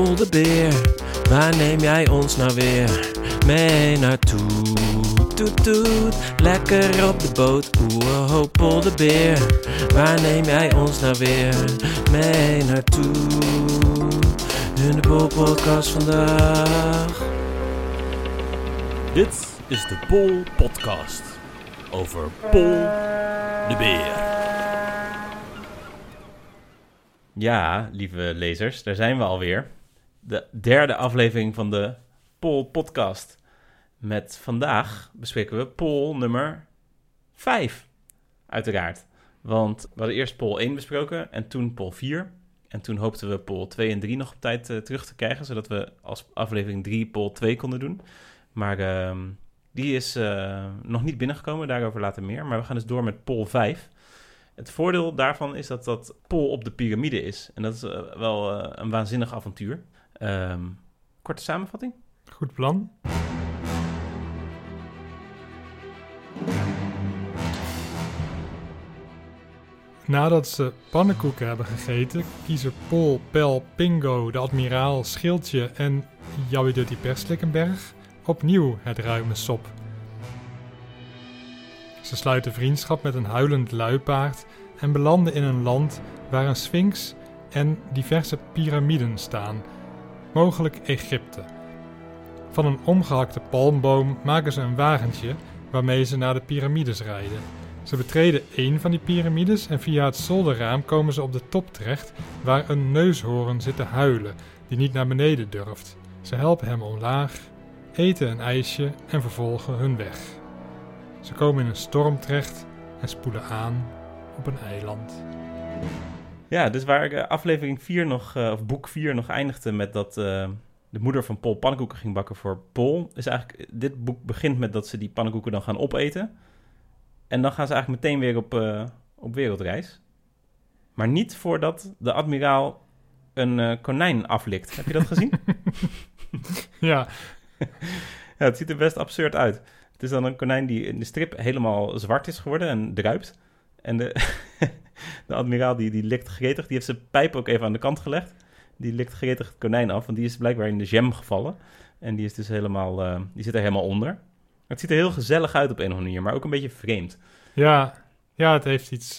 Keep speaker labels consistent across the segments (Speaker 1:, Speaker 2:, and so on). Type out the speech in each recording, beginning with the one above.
Speaker 1: Paul de Beer, waar neem jij ons nou weer mee naartoe? Toet toet, lekker op de boot. Oeh, Paul de Beer, waar neem jij ons nou weer mee naartoe? In de Pol-podcast vandaag.
Speaker 2: Dit is de Pol-podcast over Paul de Beer.
Speaker 1: Ja, lieve lezers, daar zijn we alweer. De derde aflevering van de Pol-podcast. Met vandaag bespreken we Pol nummer 5, uiteraard. Want we hadden eerst Pol 1 besproken en toen Pol 4. En toen hoopten we Pol 2 en 3 nog op tijd terug te krijgen, zodat we als aflevering 3 Pol 2 konden doen. Maar die is nog niet binnengekomen, daarover later meer. Maar we gaan dus door met Pol 5. Het voordeel daarvan is dat Pol op de piramide is. En dat is wel een waanzinnig avontuur. Korte samenvatting?
Speaker 3: Goed plan. Nadat ze pannenkoeken hebben gegeten, kiezen Pol, Pel, Pingo, de admiraal, Schildje en Jabberdutti Perslikkenberg opnieuw het ruime sop. Ze sluiten vriendschap met een huilend luipaard en belanden in een land waar een sphinx en diverse piramiden staan, mogelijk Egypte. Van een omgehakte palmboom maken ze een wagentje waarmee ze naar de piramides rijden. Ze betreden één van die piramides en via het zolderraam komen ze op de top terecht waar een neushoorn zit te huilen die niet naar beneden durft. Ze helpen hem omlaag, eten een ijsje en vervolgen hun weg. Ze komen in een storm terecht en spoelen aan op een eiland.
Speaker 1: Ja, dus waar aflevering 4 nog, of boek 4 nog eindigde met dat de moeder van Pol pannenkoeken ging bakken voor Pol, is eigenlijk, dit boek begint met dat ze die pannenkoeken dan gaan opeten. En dan gaan ze eigenlijk meteen weer op wereldreis. Maar niet voordat de admiraal een konijn aflikt. Heb je dat gezien?
Speaker 3: Ja.
Speaker 1: Ja, het ziet er best absurd uit. Het is dan een konijn die in de strip helemaal zwart is geworden en druipt. En de admiraal die likt gretig, die heeft zijn pijp ook even aan de kant gelegd. Die likt gretig het konijn af, want die is blijkbaar in de jam gevallen. En die is dus die zit er helemaal onder. Het ziet er heel gezellig uit op een of andere manier, maar ook een beetje vreemd.
Speaker 3: Ja, het heeft iets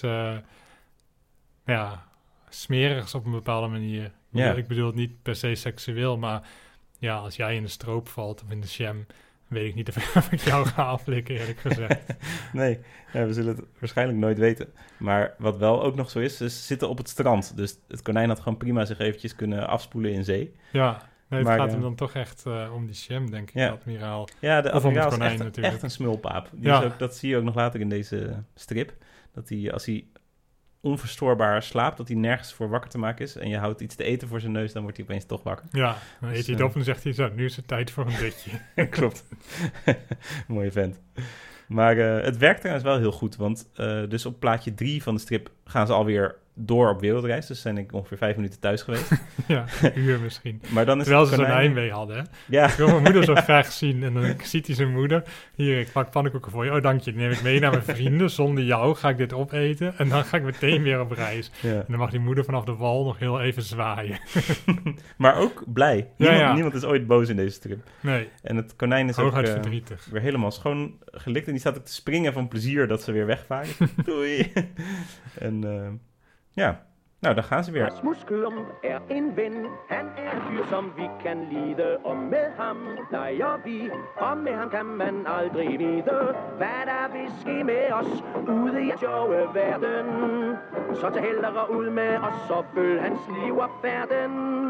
Speaker 3: smerigs op een bepaalde manier.
Speaker 1: Ja.
Speaker 3: Ik bedoel het niet per se seksueel, maar ja, als jij in de stroop valt of in de jam, weet ik niet of ik jou ga aflikken, eerlijk gezegd.
Speaker 1: Nee, we zullen het waarschijnlijk nooit weten. Maar wat wel ook nog zo is, ze zitten op het strand. Dus het konijn had gewoon prima zich eventjes kunnen afspoelen in zee.
Speaker 3: Ja, nee, het
Speaker 1: maar,
Speaker 3: gaat hem dan toch echt om die jam, denk ik,
Speaker 1: ja.
Speaker 3: de admiraal.
Speaker 1: Ja, de
Speaker 3: Of om
Speaker 1: admiraal
Speaker 3: het konijn
Speaker 1: is
Speaker 3: natuurlijk.
Speaker 1: echt een smulpaap. Dat zie je ook nog later in deze strip. Dat hij, als hij onverstoorbaar slaapt, dat hij nergens voor wakker te maken is. En je houdt iets te eten voor zijn neus, dan wordt hij opeens toch wakker.
Speaker 3: Ja, dan eet hij het op en zegt hij zo, nu is het tijd voor een dutje.
Speaker 1: Klopt. Mooie vent. Maar het werkt trouwens wel heel goed, want dus op plaatje 3 van de strip gaan ze alweer door op wereldreis. Dus zijn ik ongeveer 5 minuten thuis geweest.
Speaker 3: Ja, een uur misschien.
Speaker 1: Maar dan is
Speaker 3: terwijl ze
Speaker 1: het
Speaker 3: zo'n
Speaker 1: konijn...
Speaker 3: heimwee hadden, hè?
Speaker 1: Ja.
Speaker 3: Ik wil mijn moeder zo graag zien. En dan ziet hij zijn moeder. Hier, ik pak pannenkoeken voor je. Oh, dank je. Die neem ik mee naar mijn vrienden. Zonder jou ga ik dit opeten. En dan ga ik meteen weer op reis.
Speaker 1: Ja.
Speaker 3: En dan mag die moeder vanaf de wal nog heel even zwaaien.
Speaker 1: Maar ook blij. Niemand is ooit boos in deze strip.
Speaker 3: Nee.
Speaker 1: En het konijn is
Speaker 3: hooguit
Speaker 1: ook
Speaker 3: verdrietig.
Speaker 1: weer helemaal schoon gelikt. En die staat ook te springen van plezier dat ze weer wegvaren. Doei. En nou, dan gaan ze weer.
Speaker 4: Rasmus Klump en ven, han een fyr som vi kan lide. Og med ham leger vi, og med ham kan man aldrig vide, hvad der vil ske med os ude i sjove verden. Så tag hellere ud med os og følg hans liv og færden.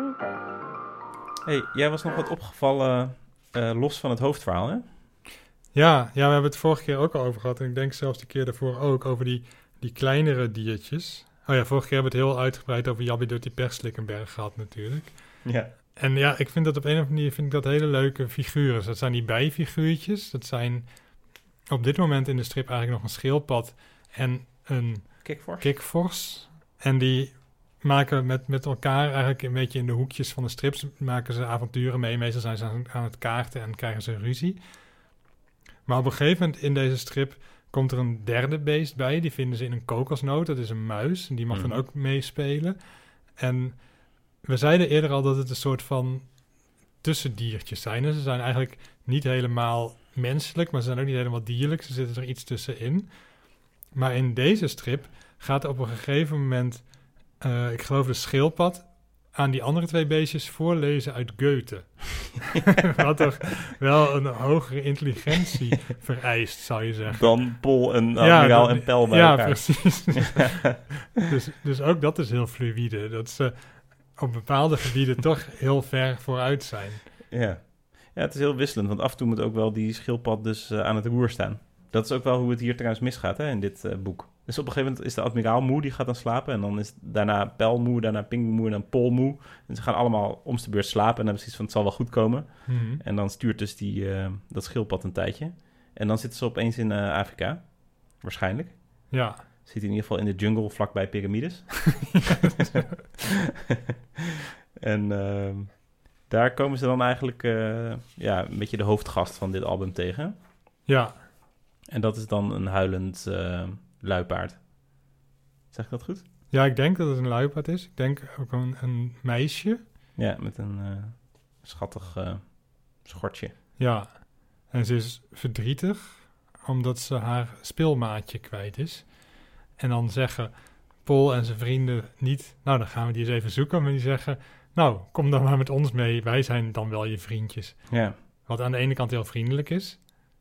Speaker 1: Hey, jij was nog wat opgevallen los van het hoofdverhaal, hè?
Speaker 3: Ja, we hebben het vorige keer ook al over gehad. En ik denk zelfs de keer daarvoor ook over die kleinere diertjes. Oh ja, vorige keer hebben we het heel uitgebreid over Jabberdutti Perslikkenberg gehad natuurlijk.
Speaker 1: Ja.
Speaker 3: En ja, ik vind dat op een of andere manier hele leuke figuren. Dat zijn die bijfiguurtjes. Dat zijn op dit moment in de strip eigenlijk nog een schildpad en een kikvors. En die maken met elkaar eigenlijk een beetje in de hoekjes van de strips maken ze avonturen mee. Meestal zijn ze aan het kaarten en krijgen ze ruzie. Maar op een gegeven moment in deze strip komt er een derde beest bij. Die vinden ze in een kokosnoot. Dat is een muis. En die mag dan ook meespelen. En we zeiden eerder al dat het een soort van tussendiertjes zijn. Ze zijn eigenlijk niet helemaal menselijk, maar ze zijn ook niet helemaal dierlijk. Ze zitten er iets tussenin. Maar in deze strip gaat op een gegeven moment, ik geloof de schildpad, aan die andere 2 beestjes voorlezen uit Goethe. Wat toch wel een hogere intelligentie vereist, zou je zeggen.
Speaker 1: Dan Pol en Admiraal en Pel bij elkaar.
Speaker 3: Ja, precies. dus ook dat is heel fluïde. Dat ze op bepaalde gebieden toch heel ver vooruit zijn.
Speaker 1: Ja, het is heel wisselend, want af en toe moet ook wel die schildpad dus aan het roer staan. Dat is ook wel hoe het hier trouwens misgaat, hè, in dit boek. Dus op een gegeven moment is de admiraal moe, die gaat dan slapen. En dan is daarna Pel moe, daarna Ping moe en dan Pol moe. En ze gaan allemaal om de beurt slapen. En dan precies van, het zal wel goed komen.
Speaker 3: Mhm.
Speaker 1: En dan stuurt dus dat schildpad een tijdje. En dan zitten ze opeens in Afrika. Waarschijnlijk.
Speaker 3: Ja.
Speaker 1: Zit in ieder geval in de jungle vlakbij piramides. En daar komen ze dan eigenlijk een beetje de hoofdgast van dit album tegen.
Speaker 3: Ja.
Speaker 1: En dat is dan een huilend luipaard. Zeg ik dat goed?
Speaker 3: Ja, ik denk dat het een luipaard is. Ik denk ook een meisje.
Speaker 1: Ja, met een schattig schortje.
Speaker 3: Ja. En ze is verdrietig omdat ze haar speelmaatje kwijt is. En dan zeggen Pol en zijn vrienden niet, nou, dan gaan we die eens even zoeken. Maar die zeggen, nou, kom dan maar met ons mee. Wij zijn dan wel je vriendjes.
Speaker 1: Ja.
Speaker 3: Wat aan de ene kant heel vriendelijk is,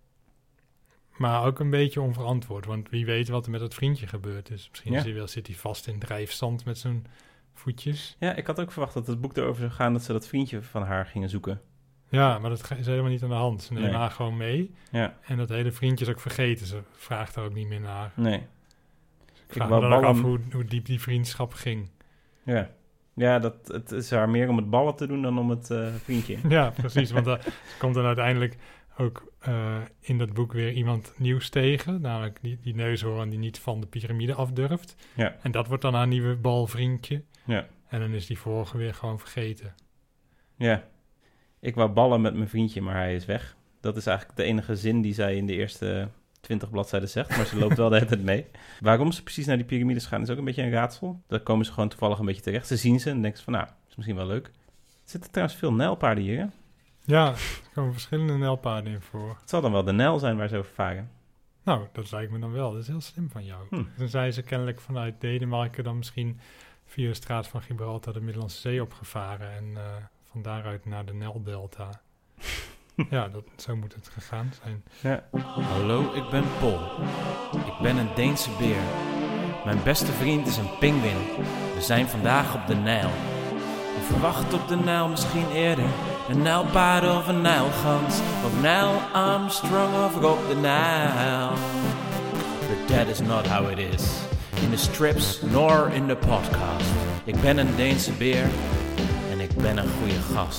Speaker 3: maar ook een beetje onverantwoord. Want wie weet wat er met dat vriendje gebeurd is. Misschien zit hij vast in drijfzand met zijn voetjes.
Speaker 1: Ja, ik had ook verwacht dat het boek erover zou gaan dat ze dat vriendje van haar gingen zoeken.
Speaker 3: Ja, maar dat is helemaal niet aan de hand. Ze nemen
Speaker 1: Nee.
Speaker 3: haar gewoon mee.
Speaker 1: Ja.
Speaker 3: En dat hele vriendje is ook vergeten. Ze vraagt er ook niet meer naar.
Speaker 1: Nee.
Speaker 3: Ik vraag me
Speaker 1: wou
Speaker 3: dan ook af
Speaker 1: ballen-
Speaker 3: hoe diep die vriendschap ging.
Speaker 1: Ja. Ja, het is haar meer om het ballen te doen dan om het vriendje.
Speaker 3: Ja, precies. Want er komt dan uiteindelijk ook in dat boek weer iemand nieuws tegen. Namelijk die neushoorn die niet van de piramide af durft.
Speaker 1: Ja.
Speaker 3: En dat wordt dan haar nieuwe balvriendje.
Speaker 1: Ja.
Speaker 3: En dan is die vorige weer gewoon vergeten.
Speaker 1: Ja. Ik wou ballen met mijn vriendje, maar hij is weg. Dat is eigenlijk de enige zin die zij in de eerste 20 bladzijden zegt. Maar ze loopt wel de hele tijd mee. Waarom ze precies naar die piramides gaan is ook een beetje een raadsel. Daar komen ze gewoon toevallig een beetje terecht. Ze zien ze en denken ze van, nou, is misschien wel leuk. Er zitten trouwens veel nijlpaarden hier, hè?
Speaker 3: Ja, er komen verschillende nijlpaarden in voor.
Speaker 1: Het zal dan wel de Nijl zijn waar ze over varen.
Speaker 3: Nou, dat lijkt me dan wel. Dat is heel slim van jou. Dan zijn ze kennelijk vanuit Denemarken dan misschien via de straat van Gibraltar de Middellandse Zee opgevaren. En van daaruit naar de Nijldelta. Ja, zo moet het gegaan zijn.
Speaker 1: Ja.
Speaker 2: Hallo, ik ben Pol. Ik ben een Deense beer. Mijn beste vriend is een pinguïn. We zijn vandaag op de Nijl. Je verwacht op de Nijl misschien eerder een nijlpaard of een nijlgans. Of Neil Armstrong of op de Nijl. But that is not how it is. In de strips nor in de podcast. Ik ben een Deense beer en ik ben een goede gast.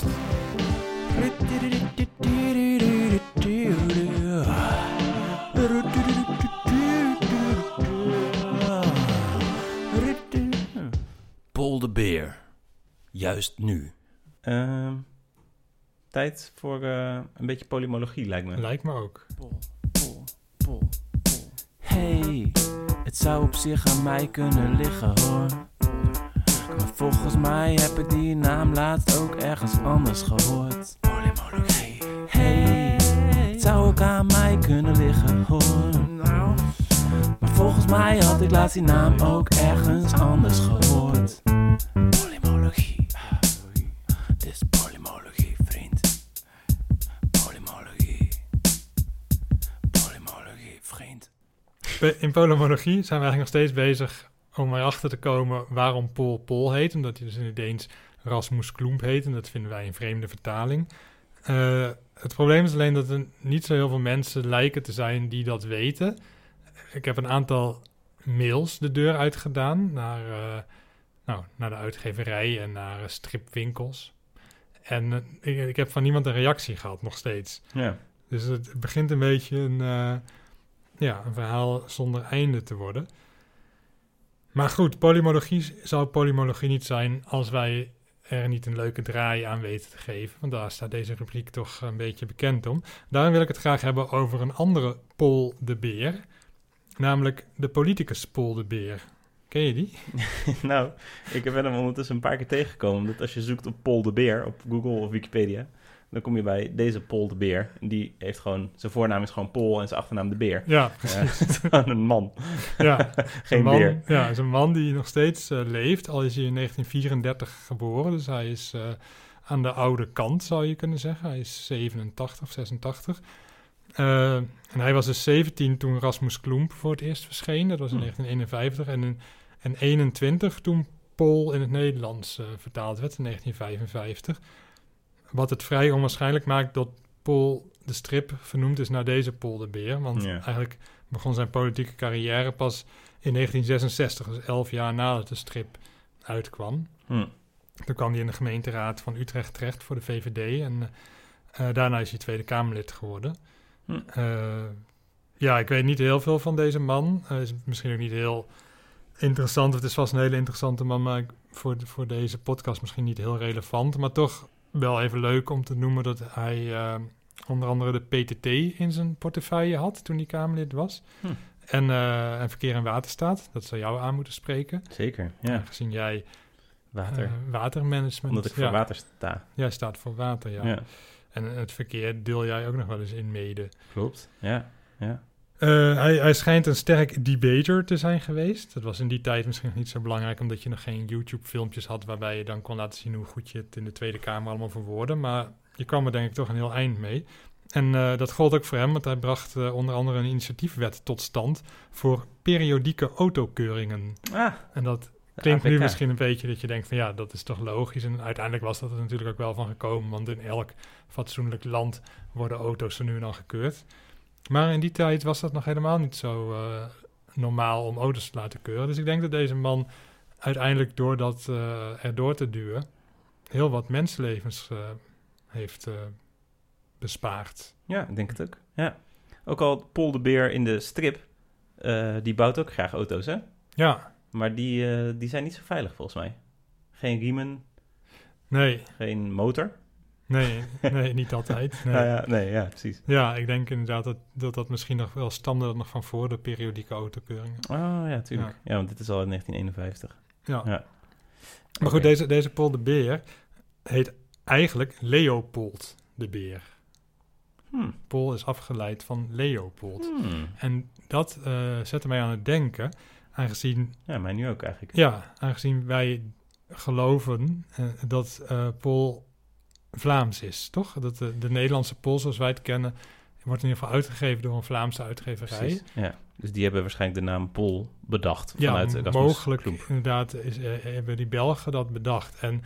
Speaker 2: Pol de Beer. Juist nu.
Speaker 1: Tijd voor een beetje polymologie, lijkt me.
Speaker 3: Lijkt me ook.
Speaker 2: Pol. Hey, het zou op zich aan mij kunnen liggen hoor. Maar volgens mij heb ik die naam laatst ook ergens anders gehoord. Polymologie. Hey, het zou ook aan mij kunnen liggen hoor. Maar volgens mij had ik laatst die naam ook ergens anders gehoord. Polymologie. Dit is polymologie, vriend. Polymologie. Polymologie, vriend.
Speaker 3: In polymologie zijn we eigenlijk nog steeds bezig om erachter te komen waarom Pol Pol heet. Omdat hij dus in het Deens Rasmus Klump heet. En dat vinden wij een vreemde vertaling. Het probleem is alleen dat er niet zo heel veel mensen lijken te zijn die dat weten. Ik heb een aantal mails de deur uitgedaan naar de uitgeverij en naar stripwinkels. En ik heb van niemand een reactie gehad, nog steeds.
Speaker 1: Ja.
Speaker 3: Dus het begint een beetje een verhaal zonder einde te worden. Maar goed, polymologie zou polymologie niet zijn als wij er niet een leuke draai aan weten te geven. Want daar staat deze rubriek toch een beetje bekend om. Daarom wil ik het graag hebben over een andere Pol de Beer. Namelijk de politicus Pol de Beer. Ken Ken je die?
Speaker 1: Nou, ik ben hem ondertussen een paar keer tegengekomen. Dat als je zoekt op Paul de Beer op Google of Wikipedia, dan kom je bij deze Paul de Beer. En die heeft gewoon, zijn voornaam is gewoon Paul en zijn achternaam de Beer.
Speaker 3: Ja, precies.
Speaker 1: Het is gewoon een man.
Speaker 3: Ja,
Speaker 1: Geen beer.
Speaker 3: Ja, het is een man die nog steeds leeft. Al is hij in 1934 geboren. Dus hij is aan de oude kant, zou je kunnen zeggen. Hij is 87 of 86. En hij was dus 17 toen Rasmus Klump voor het eerst verscheen. Dat was in 1951. En 21 toen Paul in het Nederlands vertaald werd in 1955. Wat het vrij onwaarschijnlijk maakt dat Paul de strip vernoemd is naar deze Paul de Beer. Want eigenlijk begon zijn politieke carrière pas in 1966, dus 11 jaar nadat de strip uitkwam. Toen kwam hij in de gemeenteraad van Utrecht terecht voor de VVD. En daarna is hij Tweede Kamerlid geworden. Ja, ik weet niet heel veel van deze man. Is misschien ook niet heel interessant. Het is vast een hele interessante man, maar voor deze podcast misschien niet heel relevant. Maar toch wel even leuk om te noemen dat hij onder andere de PTT in zijn portefeuille had toen hij Kamerlid was. En Verkeer en Waterstaat, dat zou jou aan moeten spreken.
Speaker 1: Zeker, ja.
Speaker 3: Gezien jij
Speaker 1: Watermanagement.
Speaker 3: watermanagement...
Speaker 1: Omdat ik voor water sta.
Speaker 3: Jij staat voor water, ja. En het verkeer deel jij ook nog wel eens in mede.
Speaker 1: Klopt, ja.
Speaker 3: Hij schijnt een sterk debater te zijn geweest. Dat was in die tijd misschien nog niet zo belangrijk, omdat je nog geen YouTube-filmpjes had waarbij je dan kon laten zien hoe goed je het in de Tweede Kamer allemaal verwoordde. Maar je kwam er denk ik toch een heel eind mee. En dat gold ook voor hem, want hij bracht onder andere een initiatiefwet tot stand voor periodieke autokeuringen. En dat klinkt nu misschien een beetje dat je denkt van ja, dat is toch logisch. En uiteindelijk was dat er natuurlijk ook wel van gekomen, want in elk fatsoenlijk land worden auto's er nu en dan gekeurd. Maar in die tijd was dat nog helemaal niet zo normaal om auto's te laten keuren. Dus ik denk dat deze man uiteindelijk door dat erdoor te duwen heel wat mensenlevens heeft bespaard.
Speaker 1: Ja, ik denk het ook. Ja. Ook al Paul de Beer in de strip, die bouwt ook graag auto's, hè?
Speaker 3: Ja.
Speaker 1: Maar die zijn niet zo veilig volgens mij. Geen riemen.
Speaker 3: Nee.
Speaker 1: Geen motor.
Speaker 3: Nee, niet altijd. Nee.
Speaker 1: Ja, precies.
Speaker 3: Ja, ik denk inderdaad dat misschien nog wel stamde nog van voor de periodieke autokeuringen.
Speaker 1: Oh ja, tuurlijk. Ja, want dit is al in 1951.
Speaker 3: Ja. Maar goed, deze Paul de Beer heet eigenlijk Leopold de Beer. Paul is afgeleid van Leopold. En dat zette mij aan het denken, aangezien...
Speaker 1: Ja, mij nu ook eigenlijk.
Speaker 3: Ja, aangezien wij geloven dat Paul Vlaams is, toch? Dat de Nederlandse Pool, zoals wij het kennen, wordt in ieder geval uitgegeven door een Vlaamse uitgeverij.
Speaker 1: Precies, ja. Dus die hebben waarschijnlijk de naam Paul bedacht vanuit Erasmus
Speaker 3: mogelijk
Speaker 1: Klump.
Speaker 3: Inderdaad hebben die Belgen dat bedacht. En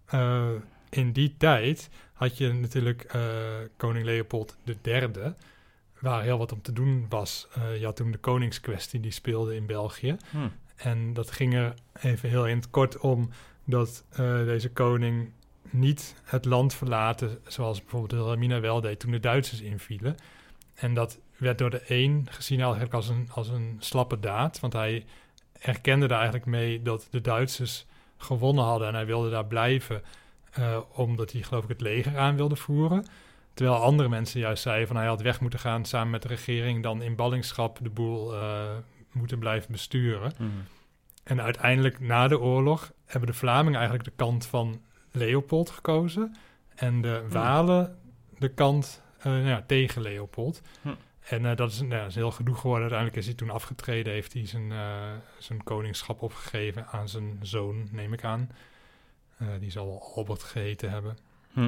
Speaker 3: in die tijd had je natuurlijk koning Leopold III, waar heel wat om te doen was. Je had toen de koningskwestie die speelde in België. En dat ging er even heel in het kort om dat deze koning niet het land verlaten, zoals bijvoorbeeld Wilhelmina wel deed toen de Duitsers invielen. En dat werd door de een gezien eigenlijk als een slappe daad, want hij erkende daar eigenlijk mee dat de Duitsers gewonnen hadden en hij wilde daar blijven, omdat hij geloof ik het leger aan wilde voeren. Terwijl andere mensen juist zeiden van hij had weg moeten gaan samen met de regering, dan in ballingschap de boel moeten blijven besturen. En uiteindelijk na de oorlog hebben de Vlamingen eigenlijk de kant van Leopold gekozen en de Walen de kant tegen Leopold. En dat is een heel gedoe geworden. Uiteindelijk is hij toen afgetreden, heeft hij zijn koningschap opgegeven aan zijn zoon, neem ik aan. Die zal wel Albert geheten hebben.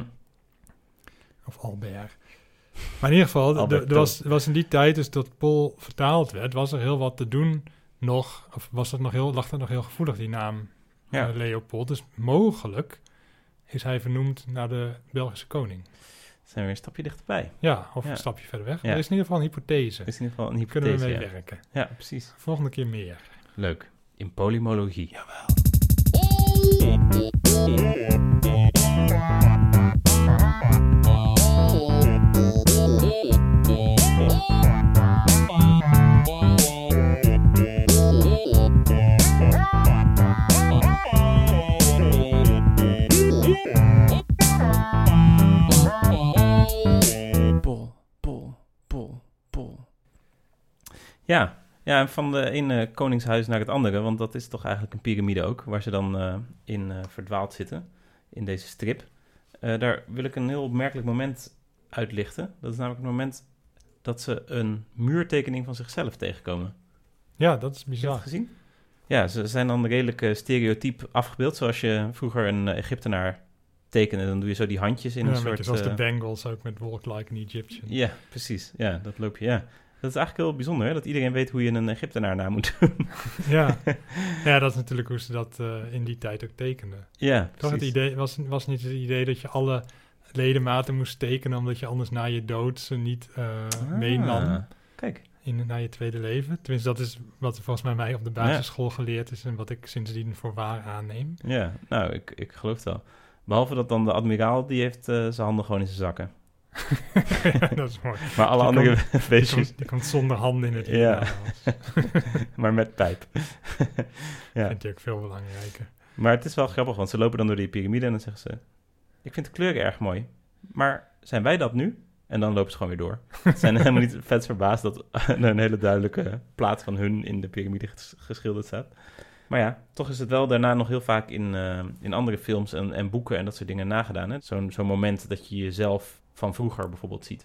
Speaker 3: Of Albert. Maar in ieder geval, er was in die tijd, dus dat Paul vertaald werd, was er heel wat te doen nog, of lag dat nog heel gevoelig, die naam Leopold. Dus mogelijk is hij vernoemd naar de Belgische koning.
Speaker 1: Zijn we weer een stapje dichterbij.
Speaker 3: Ja, of een stapje verder weg. Maar er is in ieder geval een hypothese. Kunnen we mee werken.
Speaker 1: Ja, precies.
Speaker 3: Volgende keer meer.
Speaker 1: Leuk. In polymologie.
Speaker 3: Jawel.
Speaker 1: Ja, en van de ene koningshuis naar het andere, want dat is toch eigenlijk een piramide ook, waar ze dan in verdwaald zitten, in deze strip. Daar wil ik een heel opmerkelijk moment uitlichten. Dat is namelijk het moment dat ze een muurtekening van zichzelf tegenkomen.
Speaker 3: Ja, dat is
Speaker 1: Heb je
Speaker 3: bizar.
Speaker 1: dat gezien? Ja, ze zijn dan redelijk stereotyp afgebeeld, zoals je vroeger een Egyptenaar tekende. Dan doe je zo die handjes in
Speaker 3: Ja,
Speaker 1: een
Speaker 3: een beetje
Speaker 1: soort...
Speaker 3: zoals de Bengals ook met Walk Like an Egyptian.
Speaker 1: Ja, precies. Ja, dat loop je, ja. Dat is eigenlijk heel bijzonder, hè? Dat iedereen weet hoe je een Egyptenaar na moet doen.
Speaker 3: Ja. Ja, dat is natuurlijk hoe ze dat in die tijd ook tekenden.
Speaker 1: Ja,
Speaker 3: Toch het
Speaker 1: precies.
Speaker 3: idee was niet het idee dat je alle ledematen moest tekenen, omdat je anders na je dood ze niet meenam
Speaker 1: Kijk.
Speaker 3: na je tweede leven. Tenminste, dat is wat volgens mij op de basisschool geleerd is en wat ik sindsdien voor waar aanneem.
Speaker 1: Ja, nou, ik geloof het wel. Behalve dat dan de admiraal, die heeft zijn handen gewoon in zijn zakken.
Speaker 3: Ja, dat is mooi.
Speaker 1: Maar alle
Speaker 3: Die
Speaker 1: andere
Speaker 3: Die
Speaker 1: beestjes,
Speaker 3: komt, die komt zonder handen in het
Speaker 1: Ja.
Speaker 3: lichaam.
Speaker 1: maar met pijp. Ja.
Speaker 3: Vind ik ook veel belangrijker.
Speaker 1: Maar het is wel grappig, want ze lopen dan door die piramide en dan zeggen ze... Ik vind de kleuren erg mooi, maar zijn wij dat nu? En dan lopen ze gewoon weer door. Ze zijn helemaal niet vet verbaasd dat er een hele duidelijke plaat van hun in de piramide geschilderd staat. Maar ja, toch is het wel daarna nog heel vaak in andere films en boeken en dat soort dingen nagedaan. Hè? Zo'n moment dat je jezelf van vroeger bijvoorbeeld ziet.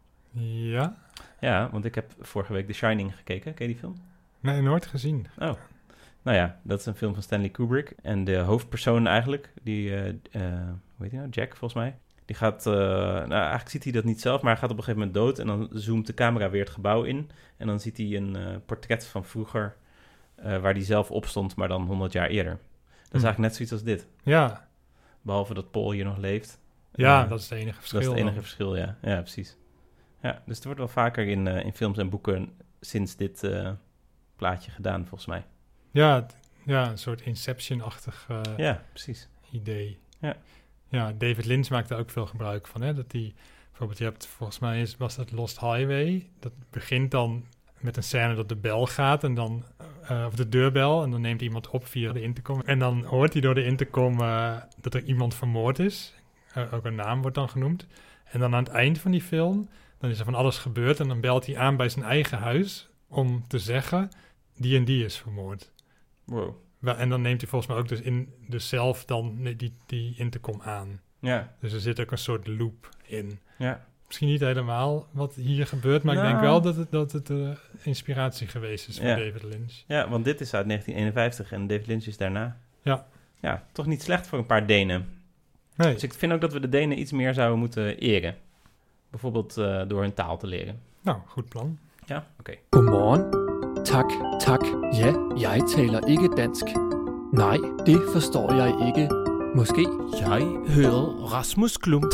Speaker 3: Ja?
Speaker 1: Ja, want ik heb vorige week The Shining gekeken. Ken je die film?
Speaker 3: Nee, nooit gezien.
Speaker 1: Oh. Nou ja, dat is een film van Stanley Kubrick. En de hoofdpersoon eigenlijk, die, hoe heet hij nou? Jack, volgens mij. Die gaat, nou eigenlijk ziet hij dat niet zelf, maar hij gaat op een gegeven moment dood. En dan zoomt de camera weer het gebouw in. En dan ziet hij een portret van vroeger, waar hij zelf op stond, maar dan 100 jaar eerder. Dat is eigenlijk net zoiets als dit.
Speaker 3: Ja,
Speaker 1: Behalve dat Paul hier nog leeft.
Speaker 3: ja, dat is het enige verschil.
Speaker 1: Dat is het enige
Speaker 3: dan.
Speaker 1: verschil, ja. Ja, precies. Ja, dus er wordt wel vaker in films en boeken sinds dit plaatje gedaan, volgens mij.
Speaker 3: Ja, ja, een soort Inception-achtig
Speaker 1: Ja, precies.
Speaker 3: idee.
Speaker 1: Ja.
Speaker 3: Ja, David Lynch maakt daar ook veel gebruik van. Hè? Dat die, bijvoorbeeld, je hebt, volgens mij was dat Lost Highway. Dat begint dan met een scène dat de bel gaat en dan, of de deurbel, en dan neemt iemand op via de intercom. En dan hoort hij door de intercom dat er iemand vermoord is. Ook een naam wordt dan genoemd. En dan aan het eind van die film, dan is er van alles gebeurd en dan belt hij aan bij zijn eigen huis om te zeggen, die en die is vermoord.
Speaker 1: Wow.
Speaker 3: En dan neemt hij volgens mij ook dus zelf dan die intercom aan.
Speaker 1: Ja,
Speaker 3: Dus er zit ook een soort loop in.
Speaker 1: ja.
Speaker 3: Misschien niet helemaal wat hier gebeurt, maar
Speaker 1: Nou.
Speaker 3: ik denk wel dat het inspiratie geweest is voor
Speaker 1: Ja.
Speaker 3: David Lynch.
Speaker 1: Ja, want dit is uit 1951 en David Lynch is daarna.
Speaker 3: Ja.
Speaker 1: Ja, toch niet slecht voor een paar Denen.
Speaker 3: Nee,
Speaker 1: Dus ik vind ook dat we de Denen iets meer zouden moeten eren. Bijvoorbeeld door hun taal te leren.
Speaker 3: nou, goed plan.
Speaker 1: Ja, oké.
Speaker 5: Godmorgen. Tak. Ja, jeg taler ikke dansk. Nej, det forstår jeg ikke. Måske.
Speaker 2: Jeg hedder Rasmus Klump.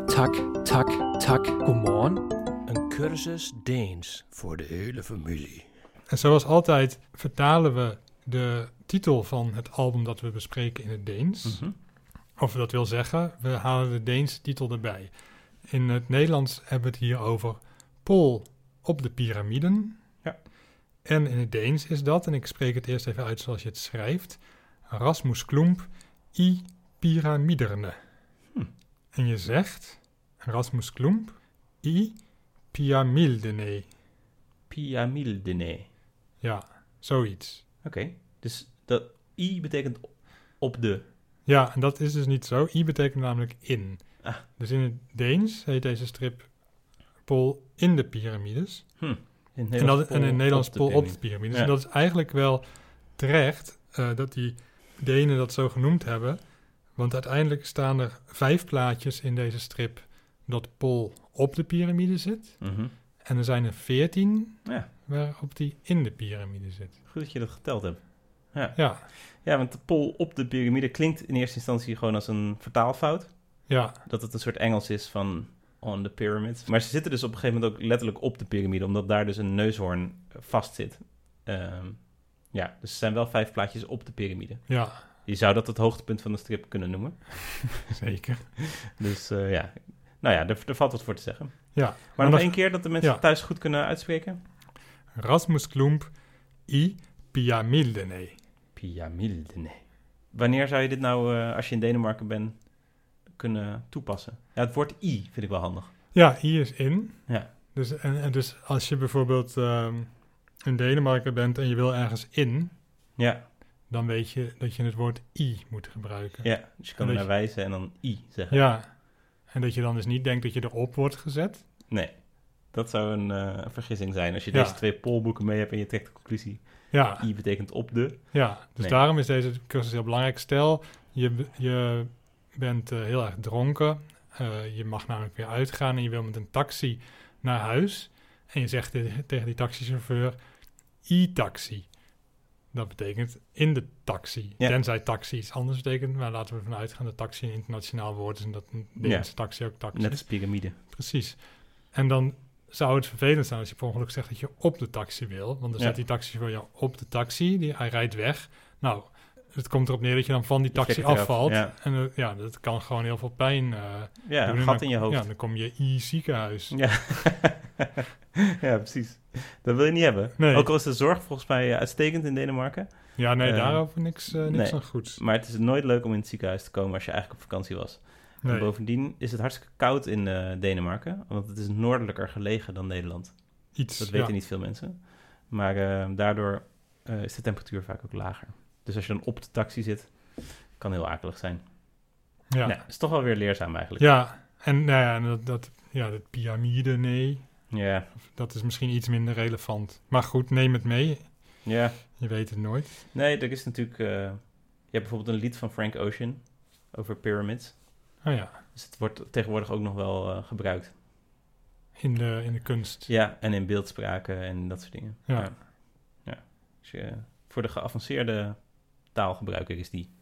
Speaker 5: Tak. Godmorgen.
Speaker 2: Een cursus Deens voor de hele familie.
Speaker 3: En zoals altijd vertalen we de titel van het album dat we bespreken in het Deens.
Speaker 1: Mhm.
Speaker 3: Of dat wil zeggen, we halen de Deense titel erbij. In het Nederlands hebben we het hier over Paul op de piramiden.
Speaker 1: Ja.
Speaker 3: En in het Deens is dat, en ik spreek het eerst even uit zoals je het schrijft, Rasmus Klump i pyramiderne. En je zegt Rasmus Klump i pyramidene.
Speaker 1: Pyramidene.
Speaker 3: Ja, zoiets.
Speaker 1: Oké, dus dat I betekent op de.
Speaker 3: Ja, en dat is dus niet zo. I betekent namelijk in.
Speaker 1: Ah.
Speaker 3: Dus in het Deens heet deze strip Paul in de piramides.
Speaker 1: In het
Speaker 3: En
Speaker 1: Nederlands
Speaker 3: in het Nederlands
Speaker 1: op de
Speaker 3: Paul op de
Speaker 1: piramide.
Speaker 3: piramides.
Speaker 1: Ja.
Speaker 3: En dat is eigenlijk wel terecht dat die Denen dat zo genoemd hebben. Want uiteindelijk staan er 5 plaatjes in deze strip dat Paul op de piramide zit.
Speaker 1: Mhm.
Speaker 3: En er zijn er 14
Speaker 1: Ja,
Speaker 3: waarop die in de piramide zit.
Speaker 1: goed dat je dat geteld hebt. Ja.
Speaker 3: Ja,
Speaker 1: Ja, want de Paul op de piramide klinkt in eerste instantie gewoon als een vertaalfout.
Speaker 3: ja,
Speaker 1: Dat het een soort Engels is van on the pyramids. Maar ze zitten dus op een gegeven moment ook letterlijk op de piramide, omdat daar dus een neushoorn vast zit. Ja, dus er zijn wel 5 plaatjes op de piramide.
Speaker 3: ja,
Speaker 1: Je zou dat het hoogtepunt van de strip kunnen noemen.
Speaker 3: zeker.
Speaker 1: Dus ja, nou ja, er valt wat voor te zeggen.
Speaker 3: Ja,
Speaker 1: Maar nog
Speaker 3: dan-
Speaker 1: één keer dat de mensen
Speaker 3: Ja.
Speaker 1: thuis goed kunnen uitspreken.
Speaker 3: Rasmus Klump i pyramidene.
Speaker 1: Pyramidene. Wanneer zou je dit nou, als je in Denemarken bent, kunnen toepassen? Ja, het woord I vind ik wel handig.
Speaker 3: Ja, I is in.
Speaker 1: Ja.
Speaker 3: Dus, en dus als je bijvoorbeeld in Denemarken bent en je wil ergens in,
Speaker 1: Ja,
Speaker 3: dan weet je dat je het woord I moet gebruiken.
Speaker 1: ja. Dus je kan
Speaker 3: En
Speaker 1: er
Speaker 3: dat
Speaker 1: naar wijzen en dan I zeggen.
Speaker 3: Ja. En dat je dan dus niet denkt dat je erop wordt gezet.
Speaker 1: Nee, dat zou een vergissing zijn. Als je
Speaker 3: Ja.
Speaker 1: deze 2 polboeken mee hebt en je trekt de conclusie...
Speaker 3: Ja,
Speaker 1: I betekent op de.
Speaker 3: ja. Dus
Speaker 1: Nee.
Speaker 3: daarom is deze cursus heel belangrijk. Stel, je bent heel erg dronken. Je mag namelijk weer uitgaan en je wil met een taxi naar huis. En je zegt tegen die taxichauffeur, I-taxi. Dat betekent in de taxi.
Speaker 1: Ja.
Speaker 3: Tenzij taxi iets anders betekent. Maar laten we ervan uitgaan dat taxi een internationaal woord is. En dat een Deense taxi ook taxi
Speaker 1: Net
Speaker 3: is.
Speaker 1: als piramide.
Speaker 3: Precies. En dan zou het vervelend zijn als je per ongeluk zegt dat je op de taxi wil. Want dan
Speaker 1: Ja.
Speaker 3: zet die taxi voor jou op de taxi. Hij rijdt weg. Nou, het komt erop neer dat je dan van die taxi
Speaker 1: flikkert eraf,
Speaker 3: afvalt.
Speaker 1: ja.
Speaker 3: En dat kan gewoon heel veel pijn
Speaker 1: Ja,
Speaker 3: doen.
Speaker 1: een
Speaker 3: En
Speaker 1: gat
Speaker 3: dan-
Speaker 1: in je hoofd.
Speaker 3: Ja, dan kom je in ziekenhuis.
Speaker 1: Ja. Ja, precies. Dat wil je niet hebben.
Speaker 3: Nee.
Speaker 1: Ook al is de zorg volgens mij uitstekend in Denemarken.
Speaker 3: Ja, nee,
Speaker 1: Eh,
Speaker 3: daarover niks
Speaker 1: nee.
Speaker 3: aan goeds.
Speaker 1: Maar het is nooit leuk om in het ziekenhuis te komen als je eigenlijk op vakantie was.
Speaker 3: Nee.
Speaker 1: En bovendien is het hartstikke koud in Denemarken. Want het is noordelijker gelegen dan Nederland.
Speaker 3: Iets,
Speaker 1: Dat weten
Speaker 3: ja.
Speaker 1: niet veel mensen. Maar daardoor is de temperatuur vaak ook lager. Dus als je dan op de taxi zit, kan heel akelig zijn.
Speaker 3: Ja.
Speaker 1: Nou, is toch wel weer leerzaam eigenlijk.
Speaker 3: Ja, en nou ja, en dat piramide, nee.
Speaker 1: Ja.
Speaker 3: Dat is misschien iets minder relevant. Maar goed, neem het mee.
Speaker 1: Ja.
Speaker 3: Je weet het nooit.
Speaker 1: Nee, er is natuurlijk... je hebt bijvoorbeeld een lied van Frank Ocean over pyramids.
Speaker 3: Oh ja,
Speaker 1: Dus het wordt tegenwoordig ook nog wel gebruikt.
Speaker 3: in de kunst.
Speaker 1: Ja, en in beeldspraken en dat soort dingen.
Speaker 3: Ja.
Speaker 1: Ja. Dus, voor de geavanceerde taalgebruiker is die.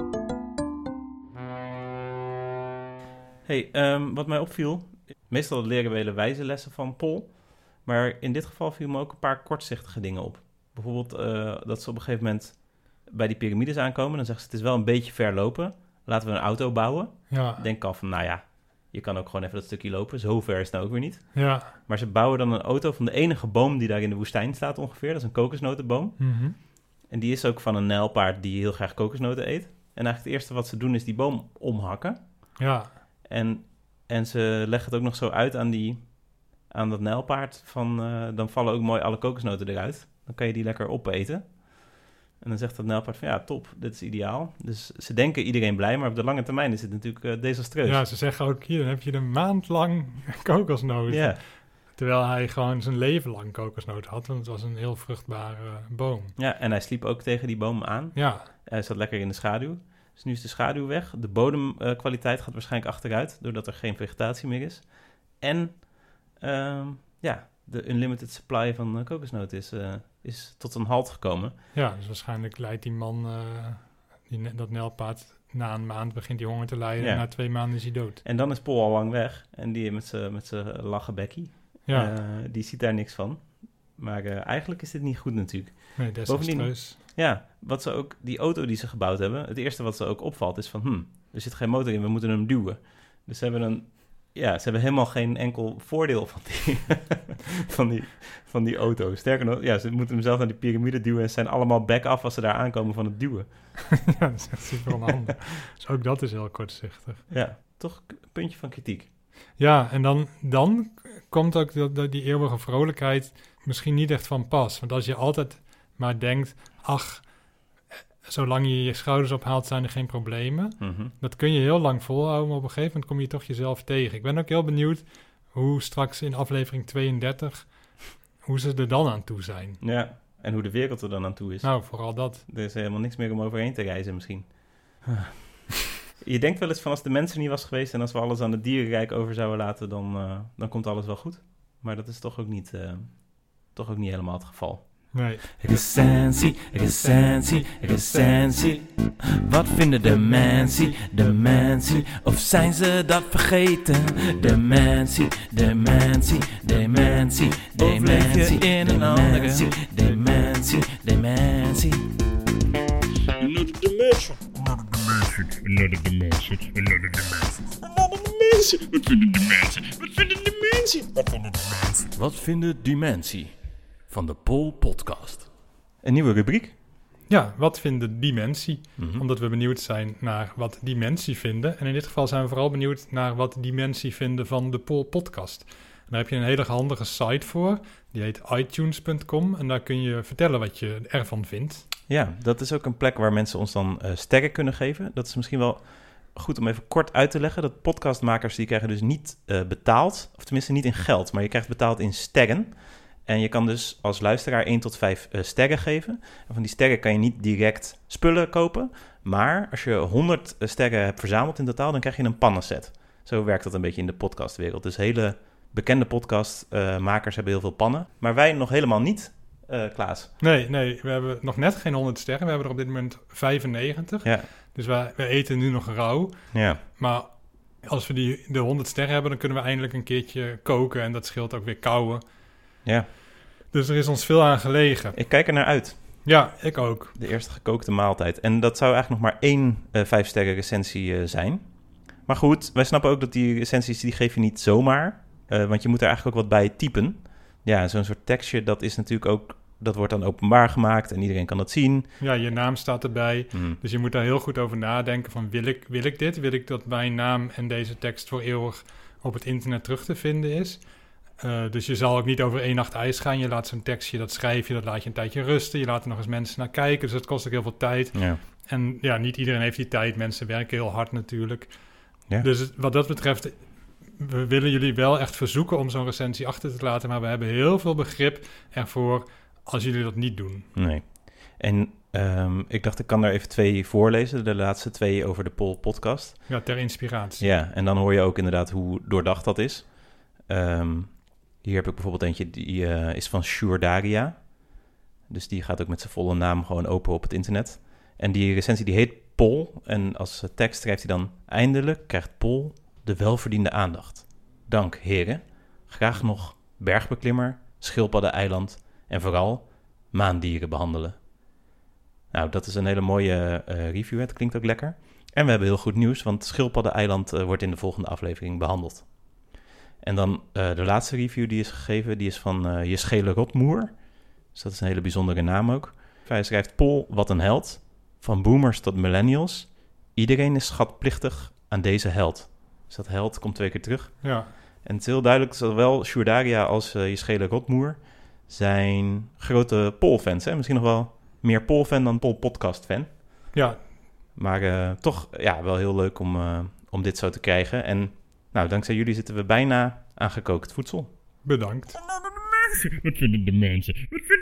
Speaker 1: Hey, wat mij opviel... Meestal leren we hele wijze lessen van Pol. Maar in dit geval viel me ook een paar kortzichtige dingen op. Bijvoorbeeld dat ze op een gegeven moment bij die piramides aankomen. Dan zeggen ze, het is wel een beetje ver lopen. Laten we een auto bouwen.
Speaker 3: Ja,
Speaker 1: Denk ik al van, nou ja, je kan ook gewoon even dat stukje lopen. Zo ver is het nou ook weer niet.
Speaker 3: ja.
Speaker 1: Maar ze bouwen dan een auto van de enige boom die daar in de woestijn staat ongeveer. Dat is een kokosnotenboom.
Speaker 3: Mhm.
Speaker 1: En die is ook van een nijlpaard die heel graag kokosnoten eet. En eigenlijk het eerste wat ze doen is die boom omhakken.
Speaker 3: Ja,
Speaker 1: En ze leggen het ook nog zo uit aan dat nijlpaard. Dan vallen ook mooi alle kokosnoten eruit. Dan kan je die lekker opeten. En dan zegt dat nijlpaard van ja, top, dit is ideaal. Dus ze denken iedereen blij, maar op de lange termijn is het natuurlijk desastreus.
Speaker 3: ja, ze zeggen ook hier, dan heb je een maand lang kokosnoten.
Speaker 1: Ja.
Speaker 3: Terwijl hij gewoon zijn leven lang kokosnoten had, want het was een heel vruchtbare boom.
Speaker 1: Ja, en hij sliep ook tegen die boom aan.
Speaker 3: Ja,
Speaker 1: Hij zat lekker in de schaduw. Dus nu is de schaduw weg. De bodemkwaliteit gaat waarschijnlijk achteruit, doordat er geen vegetatie meer is. En de unlimited supply van kokosnoten is tot een halt gekomen.
Speaker 3: ja, dus waarschijnlijk leidt die man, dat nijlpaard, na een maand begint hij honger te lijden.
Speaker 1: Ja.
Speaker 3: En na 2 maanden is hij dood.
Speaker 1: En dan is Pol al lang weg. En die met zijn lachen bekkie,
Speaker 3: Ja,
Speaker 1: die ziet daar niks van. Maar eigenlijk is dit niet goed natuurlijk.
Speaker 3: nee, desastreus.
Speaker 1: Ja, die auto die ze gebouwd hebben, het eerste wat ze ook opvalt is van, er zit geen motor in, we moeten hem duwen. Dus ze hebben helemaal geen enkel voordeel van die auto. Sterker nog, ja, ze moeten hem zelf naar die piramide duwen en ze zijn allemaal back af als ze daar aankomen van het duwen.
Speaker 3: Ja, dat is echt super onhandig. Dus ook dat is heel kortzichtig.
Speaker 1: Ja, toch een puntje van kritiek.
Speaker 3: Ja, en dan komt ook die eeuwige vrolijkheid misschien niet echt van pas. Want als je altijd maar denkt, ach, zolang je je schouders ophaalt zijn er geen problemen.
Speaker 1: Mhm.
Speaker 3: Dat kun je heel lang volhouden, maar op een gegeven moment kom je toch jezelf tegen. Ik ben ook heel benieuwd hoe straks in aflevering 32, hoe ze er dan aan toe zijn.
Speaker 1: Ja, en hoe de wereld er dan aan toe is.
Speaker 3: Nou, vooral dat.
Speaker 1: Er is helemaal niks meer om overheen te reizen misschien. Je denkt wel eens van als de mens er niet was geweest en als we alles aan het dierenrijk over zouden laten, dan komt alles wel goed. Maar dat is toch ook niet helemaal het geval.
Speaker 3: Nee.
Speaker 2: Essentie, essentie, essentie. Wat vinden de mensen? Of zijn ze dat vergeten? Dementie, dementie, dementie, dementie. In een andere dementie, dementie. Wat vinden dimensie? Van de Pol Podcast.
Speaker 1: Een nieuwe rubriek.
Speaker 3: Ja, wat vinden dimensie?
Speaker 1: Mhm.
Speaker 3: Omdat we benieuwd zijn naar wat dimensie vinden. En in dit geval zijn we vooral benieuwd naar wat dimensie vinden van de Pol Podcast. Daar heb je een hele handige site voor. Die heet itunes.com. En daar kun je vertellen wat je ervan vindt.
Speaker 1: Ja, dat is ook een plek waar mensen ons dan sterren kunnen geven. Dat is misschien wel goed om even kort uit te leggen. Dat podcastmakers die krijgen dus niet betaald, of tenminste niet in geld, maar je krijgt betaald in sterren. En je kan dus als luisteraar 1 tot 5 sterren geven. En van die sterren kan je niet direct spullen kopen. Maar als je 100 sterren hebt verzameld in totaal, dan krijg je een pannenset. Zo werkt dat een beetje in de podcastwereld. Dus hele bekende podcastmakers hebben heel veel pannen. Maar wij nog helemaal niet, Klaas.
Speaker 3: Nee, we hebben nog net geen 100 sterren. We hebben er op dit moment 95.
Speaker 1: Ja.
Speaker 3: Dus we eten nu nog rauw.
Speaker 1: Ja.
Speaker 3: Maar als we de 100 sterren hebben, dan kunnen we eindelijk een keertje koken. En dat scheelt ook weer kouwen.
Speaker 1: Ja.
Speaker 3: Dus er is ons veel aan gelegen.
Speaker 1: Ik kijk er naar uit.
Speaker 3: Ja, ik ook.
Speaker 1: De eerste gekookte maaltijd. En dat zou eigenlijk nog maar 1 5-sterren recensie zijn. Maar goed, wij snappen ook dat die recensies, die geef je niet zomaar. Want je moet er eigenlijk ook wat bij typen. Ja, zo'n soort tekstje, dat is natuurlijk ook, dat wordt dan openbaar gemaakt en iedereen kan dat zien.
Speaker 3: Ja, je naam staat erbij. Dus je moet daar heel goed over nadenken van, wil ik dit? Wil ik dat mijn naam en deze tekst voor eeuwig op het internet terug te vinden is? Dus je zal ook niet over 1 nacht ijs gaan. Je laat zo'n tekstje, dat schrijf je, dat laat je een tijdje rusten. Je laat er nog eens mensen naar kijken, dus dat kost ook heel veel tijd.
Speaker 1: Ja.
Speaker 3: En ja, niet iedereen heeft die tijd. Mensen werken heel hard natuurlijk.
Speaker 1: Ja.
Speaker 3: Dus wat dat betreft, we willen jullie wel echt verzoeken om zo'n recensie achter te laten. Maar we hebben heel veel begrip ervoor als jullie dat niet doen.
Speaker 1: Nee. En ik dacht, ik kan er even 2 voorlezen. De laatste 2 over de Pol podcast.
Speaker 3: Ja, ter inspiratie.
Speaker 1: Ja, en dan hoor je ook inderdaad hoe doordacht dat is. Hier heb ik bijvoorbeeld eentje, die is van Sjoerdaria. Dus die gaat ook met zijn volle naam gewoon open op het internet. En die recensie die heet Pol. En als tekst schrijft hij dan: eindelijk krijgt Pol de welverdiende aandacht. Dank, heren. Graag nog bergbeklimmer, schildpaddeneiland en vooral maandieren behandelen. Nou, dat is een hele mooie review. Het klinkt ook lekker. En we hebben heel goed nieuws, want schildpaddeneiland wordt in de volgende aflevering behandeld. En dan de laatste review die is gegeven, die is van Je Schele Rotmoer. Dus dat is een hele bijzondere naam ook. Hij schrijft: Pol, wat een held. Van boomers tot millennials. Iedereen is schatplichtig aan deze held. Dus dat held komt 2 keer terug.
Speaker 3: Ja.
Speaker 1: En het is heel duidelijk, zowel Sjoerdaria als Je Schele Rotmoer zijn grote Pol-fans. Hè? Misschien nog wel meer Pol-fan dan Pol-podcast-fan.
Speaker 3: Ja.
Speaker 1: Maar toch ja, wel heel leuk om dit zo te krijgen. En nou, dankzij jullie zitten we bijna aan gekookt voedsel.
Speaker 3: Bedankt.
Speaker 2: Wat vinden de mensen?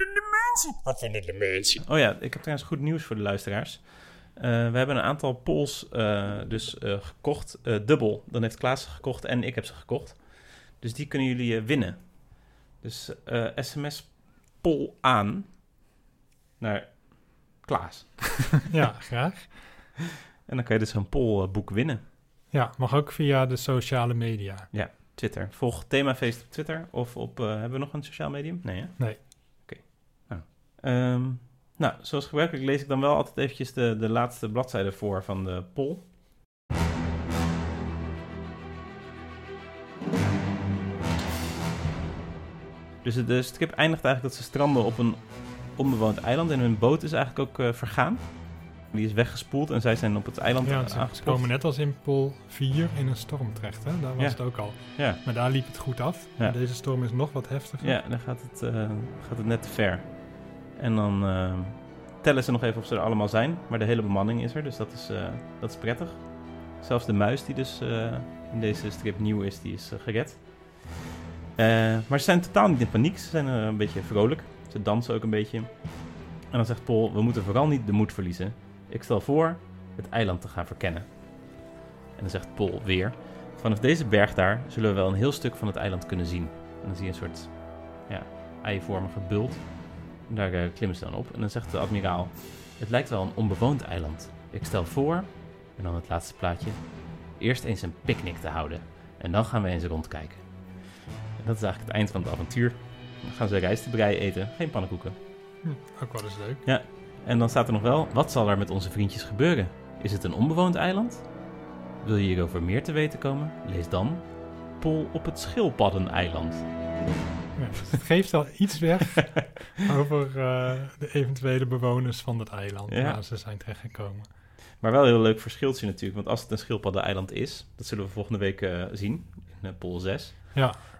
Speaker 1: Oh ja, ik heb trouwens goed nieuws voor de luisteraars. We hebben een aantal Pols gekocht, dubbel. Dan heeft Klaas ze gekocht en ik heb ze gekocht. Dus die kunnen jullie winnen. Dus sms Pol aan naar Klaas.
Speaker 3: Ja, graag.
Speaker 1: En dan kan je dus een Pol-boek winnen.
Speaker 3: Ja, mag ook via de sociale media.
Speaker 1: Ja, Twitter. Volg Themafeest op Twitter of op... hebben we nog een sociaal medium? Nee, hè?
Speaker 3: Nee.
Speaker 1: Oké. Nou, zoals gebruikelijk lees ik dan wel altijd eventjes de laatste bladzijde voor van de Pol. Dus de strip eindigt eigenlijk dat ze stranden op een onbewoond eiland en hun boot is eigenlijk ook vergaan. Die is weggespoeld en zij zijn op het eiland
Speaker 3: Ja, ze
Speaker 1: aangespoeld.
Speaker 3: komen net als in Pol 4 in een storm terecht, hè? Daar was
Speaker 1: Ja.
Speaker 3: het ook al.
Speaker 1: Ja,
Speaker 3: Maar daar liep het goed af.
Speaker 1: Ja.
Speaker 3: Deze storm is nog wat heftiger.
Speaker 1: ja, dan gaat het net te ver. En dan tellen ze nog even of ze er allemaal zijn. Maar de hele bemanning is er, dus dat is prettig. Zelfs de muis die dus in deze strip nieuw is, die is gered. Maar ze zijn totaal niet in paniek. Ze zijn een beetje vrolijk. Ze dansen ook een beetje. En dan zegt Pol: we moeten vooral niet de moed verliezen. Ik stel voor het eiland te gaan verkennen. En dan zegt Pol weer: vanaf deze berg daar zullen we wel een heel stuk van het eiland kunnen zien. En dan zie je een soort eivormige bult. En daar klimmen ze dan op. En dan zegt de admiraal: het lijkt wel een onbewoond eiland. Ik stel voor, en dan het laatste plaatje, eerst eens een picknick te houden. En dan gaan we eens rondkijken. En dat is eigenlijk het eind van het avontuur. Dan gaan ze rijstbrei eten, geen pannenkoeken.
Speaker 3: Ook wel eens leuk.
Speaker 1: Ja, en dan staat er nog wel: wat zal er met onze vriendjes gebeuren? Is het een onbewoond eiland? Wil je hierover meer te weten komen? Lees dan Pol op het Schildpaddeneiland.
Speaker 3: Ja, het geeft al iets weg over de eventuele bewoners van het eiland
Speaker 1: Ja.
Speaker 3: waar ze zijn terechtgekomen.
Speaker 1: Maar wel een heel leuk verschiltje natuurlijk. Want als het een schildpaddeneiland is, dat zullen we volgende week zien in Pol 6.
Speaker 3: Ja,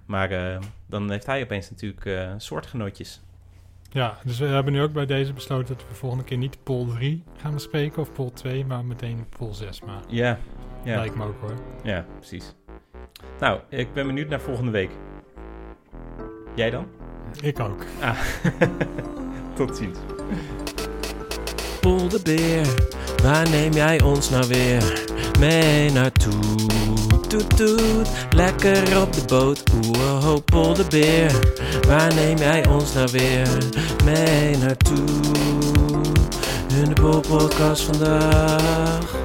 Speaker 1: Maar dan heeft hij opeens natuurlijk soortgenootjes.
Speaker 3: Ja, dus we hebben nu ook bij deze besloten dat we volgende keer niet poll 3 gaan bespreken of poll 2, maar meteen poll 6 maar.
Speaker 1: Ja.
Speaker 3: Lijkt me ook hoor.
Speaker 1: Ja, precies. Nou, ik ben benieuwd naar volgende week. Jij dan?
Speaker 3: Ik ook.
Speaker 1: Tot ziens.
Speaker 2: Paul de Beer, waar neem jij ons nou weer mee naartoe? Toet toet, lekker op de boot. Oeh, Paul de Beer, waar neem jij ons nou weer mee naartoe? In de Paul podcast vandaag.